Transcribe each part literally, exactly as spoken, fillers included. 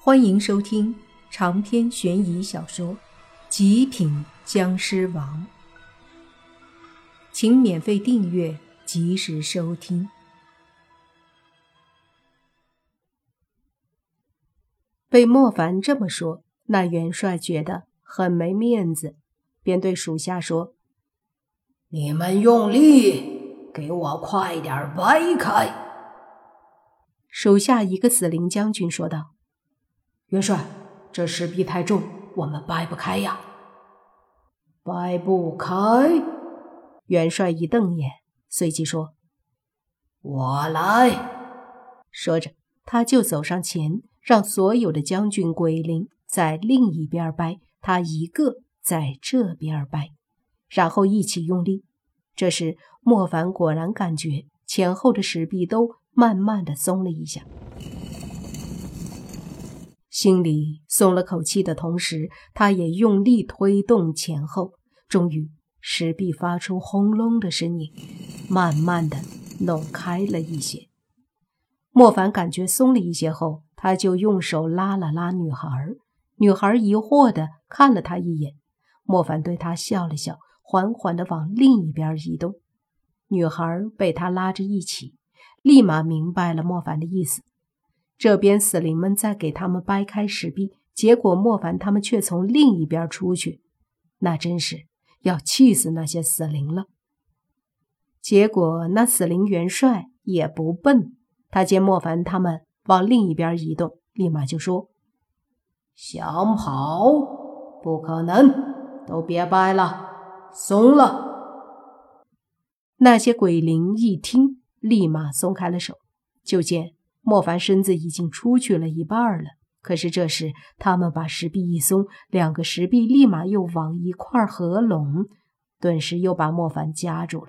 欢迎收听长篇悬疑小说《极品僵尸王》，请免费订阅，及时收听。被莫凡这么说，那元帅觉得很没面子，便对属下说：“ 你们用力，给我快点掰开。” 属下一个死灵将军说道：“ 元帅，这石壁太重，我们掰不开呀。”“掰不开？” 元帅一瞪眼，随即说：“ 我来。” 说着，他就走上前，让所有的将军鬼灵在另一边掰，他一个在这边掰，然后一起用力。这时莫凡果然感觉前后的石壁都慢慢的松了一下，心里松了口气的同时，他也用力推动前后，终于石壁发出轰隆的声音，慢慢的弄开了一些。莫凡感觉松了一些后，他就用手拉了拉女孩，女孩疑惑的看了他一眼，莫凡对她笑了笑，缓缓地往另一边移动。女孩被他拉着一起，立马明白了莫凡的意思。这边死灵们在给他们掰开石壁，结果莫凡他们却从另一边出去，那真是要气死那些死灵了。结果那死灵元帅也不笨，他见莫凡他们往另一边移动，立马就说：“ 想跑？不可能，都别掰了，松了。” 那些鬼灵一听，立马松开了手，就见莫凡身子已经出去了一半了。可是这时他们把石壁一松，两个石壁立马又往一块合拢，顿时又把莫凡夹住了。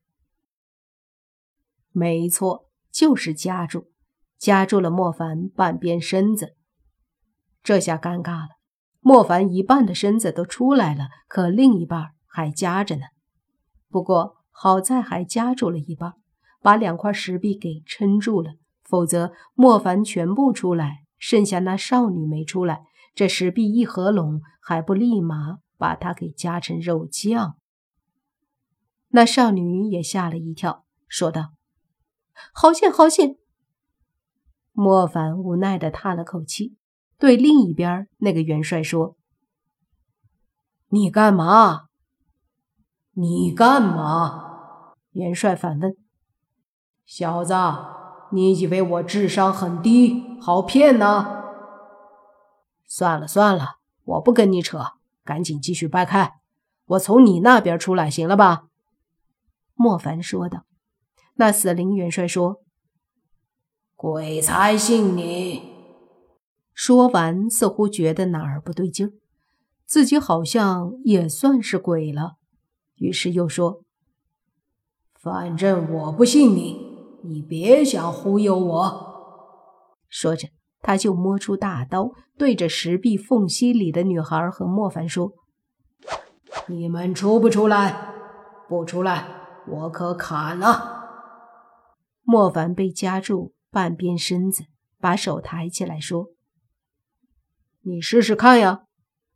没错，就是夹住，夹住了莫凡半边身子。这下尴尬了，莫凡一半的身子都出来了，可另一半还夹着呢。不过好在还夹住了一半，把两块石壁给撑住了，否则莫凡全部出来，剩下那少女没出来，这石壁一合拢，还不立马把她给夹成肉酱。那少女也吓了一跳，说道：“好险好险！”莫凡无奈地叹了口气，对另一边那个元帅说：“ 你干嘛？你干嘛？” 元帅反问：“ 小子，你以为我智商很低，好骗呢？”“ 算了算了，我不跟你扯，赶紧继续掰开，我从你那边出来，行了吧？”莫凡说道。那死灵元帅说：“ 鬼才信你。” 说完似乎觉得哪儿不对劲儿，自己好像也算是鬼了，于是又说：“ 反正我不信你，你别想忽悠我。” 说着他就摸出大刀，对着石壁缝隙里的女孩和莫凡说：“ 你们出不出来？不出来，我可砍了。” 莫凡被夹住半边身子，把手抬起来说：“你试试看呀。”“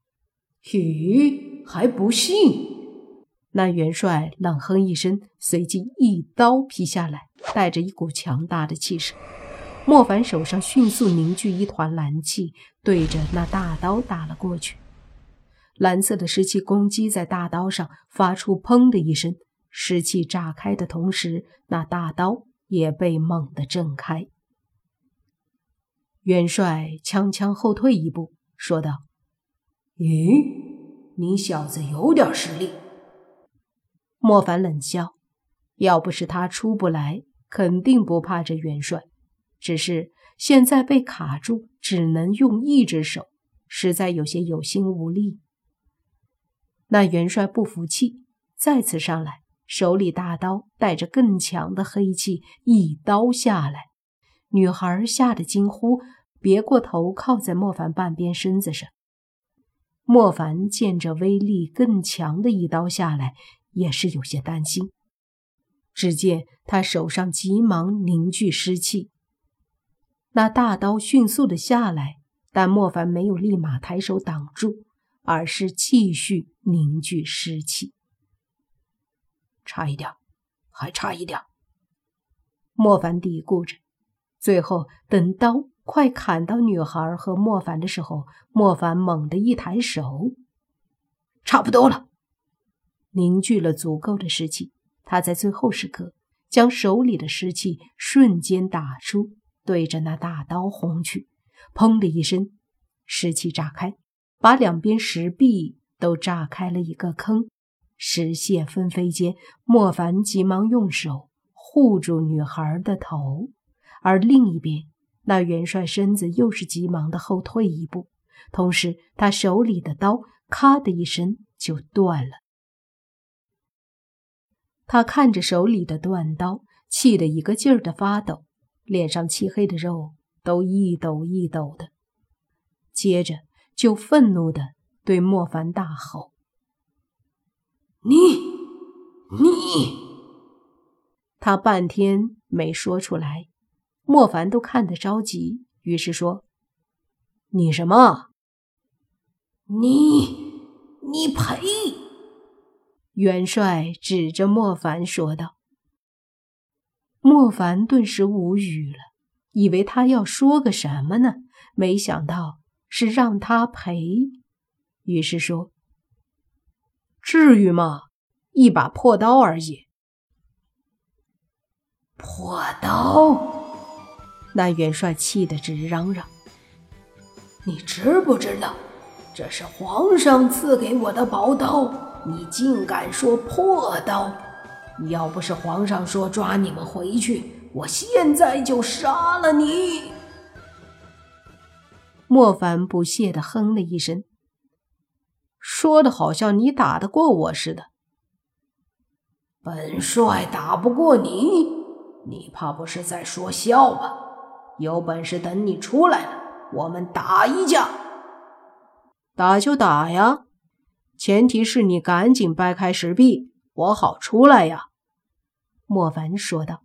咦，还不信？” 那元帅冷哼一声，随即一刀劈下来，带着一股强大的气势。莫凡手上迅速凝聚一团蓝气，对着那大刀打了过去。蓝色的湿气攻击在大刀上，发出砰的一声，湿气炸开的同时，那大刀也被猛地震开。元帅悄悄后退一步，说道：“ 咦，你小子有点实力。” 莫凡冷笑，要不是他出不来，肯定不怕这元帅，只是现在被卡住，只能用一只手，实在有些有心无力。那元帅不服气，再次上来，手里大刀带着更强的黑气，一刀下来。女孩吓得惊呼，别过头靠在莫凡半边身子上。莫凡见着威力更强的一刀下来，也是有些担心。只见他手上急忙凝聚湿气，那大刀迅速的下来， 但莫凡没有立马抬手挡住，而是继续凝聚尸气。 差一点，还差一点。 莫凡嘀咕着，最后等刀快砍到女孩和莫凡的时候，莫凡猛地一抬手， 差不多了。 凝聚了足够的尸气，他在最后时刻将手里的尸气瞬间打出，对着那大刀轰去。砰的一声，尸气炸开，把两边石壁都炸开了一个坑。石屑纷飞间，莫凡急忙用手护住女孩的头，而另一边，那元帅身子又是急忙的后退一步，同时他手里的刀咔的一声就断了。他看着手里的断刀，气得一个劲儿的发抖，脸上漆黑的肉都一抖一抖的，接着就愤怒地对莫凡大吼：“ 你，你！” 他半天没说出来，莫凡都看得着急，于是说：“你什么？ 你，你赔！” 元帅指着莫凡说道。莫凡顿时无语了，以为他要说个什么呢，没想到是让他赔，于是说：“至于吗？一把破刀而已。” 破刀！ 那元帅气得直嚷嚷：“ 你知不知道，这是皇上赐给我的宝刀，你竟敢说破刀！要不是皇上说抓你们回去，我现在就杀了你！” 莫凡不屑地哼了一声，说的好像你打得过我似的。 本帅打不过你，你怕不是在说笑吧？有本事等你出来了，我们打一架。 打就打呀，前提是你赶紧掰开石壁，我好出来呀。莫凡说道。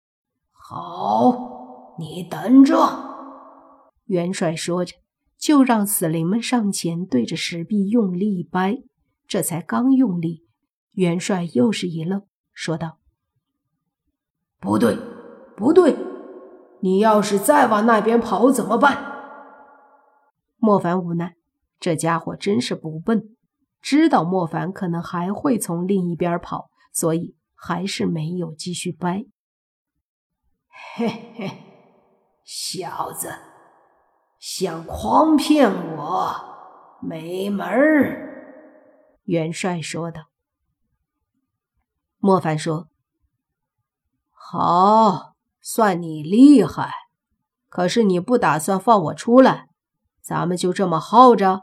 好，你等着。 元帅说着，就让死灵们上前对着石壁用力掰。这才刚用力，元帅又是一愣，说道：“ 不对，不对，你要是再往那边跑怎么办？” 莫凡无奈，这家伙真是不笨，知道莫凡可能还会从另一边跑，所以还是没有继续掰。 嘿嘿，小子，想诓骗我，没门儿！ 元帅说道。莫凡说：“好，算你厉害，可是你不打算放我出来，咱们就这么耗着？”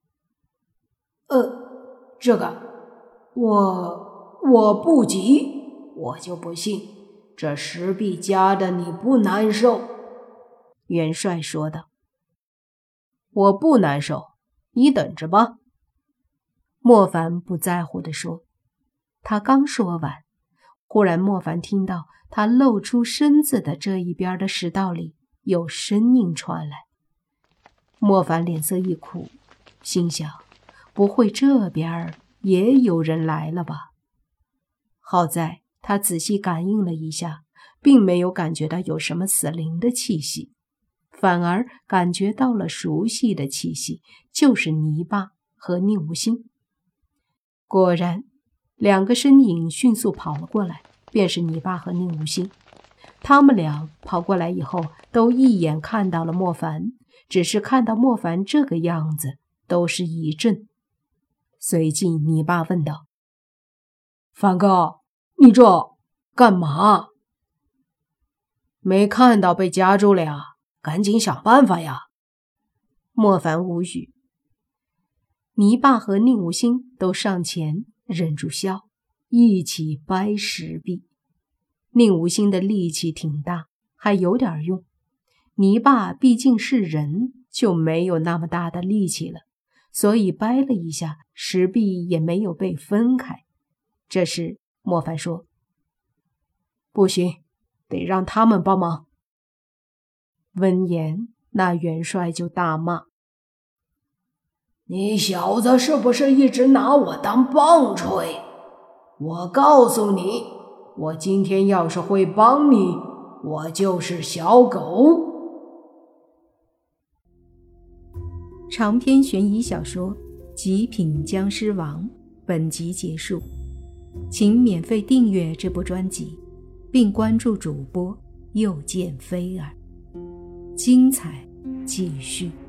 呃，这个，我我不急，我就不信这石壁夹的你不难受。 元帅说道。我不难受，你等着吧。莫凡不在乎地说。他刚说完，忽然莫凡听到他露出身子的这一边的石道里有声音传来。莫凡脸色一苦，心想，不会这边也有人来了吧？好在他仔细感应了一下，并没有感觉到有什么死灵的气息，反而感觉到了熟悉的气息，就是泥巴和宁无心。果然，两个身影迅速跑了过来，便是泥巴和宁无心。他们俩跑过来以后，都一眼看到了莫凡，只是看到莫凡这个样子，都是一震。随即泥巴问道：“ 凡哥，你这干嘛？”“ 没看到被夹住了呀，赶紧想办法呀。”莫凡无语。泥巴和宁无心都上前忍住笑，一起掰石壁。宁无心的力气挺大，还有点用。泥巴毕竟是人，就没有那么大的力气了，所以掰了一下，石壁也没有被分开。这时莫凡说：“不行，得让他们帮忙。”闻言，那元帅就大骂：“ 你小子是不是一直拿我当棒槌？我告诉你，我今天要是会帮你，我就是小狗。 长篇悬疑小说《极品僵尸王》本集结束，请免费订阅这部专辑，并关注主播又见菲儿，精彩继续。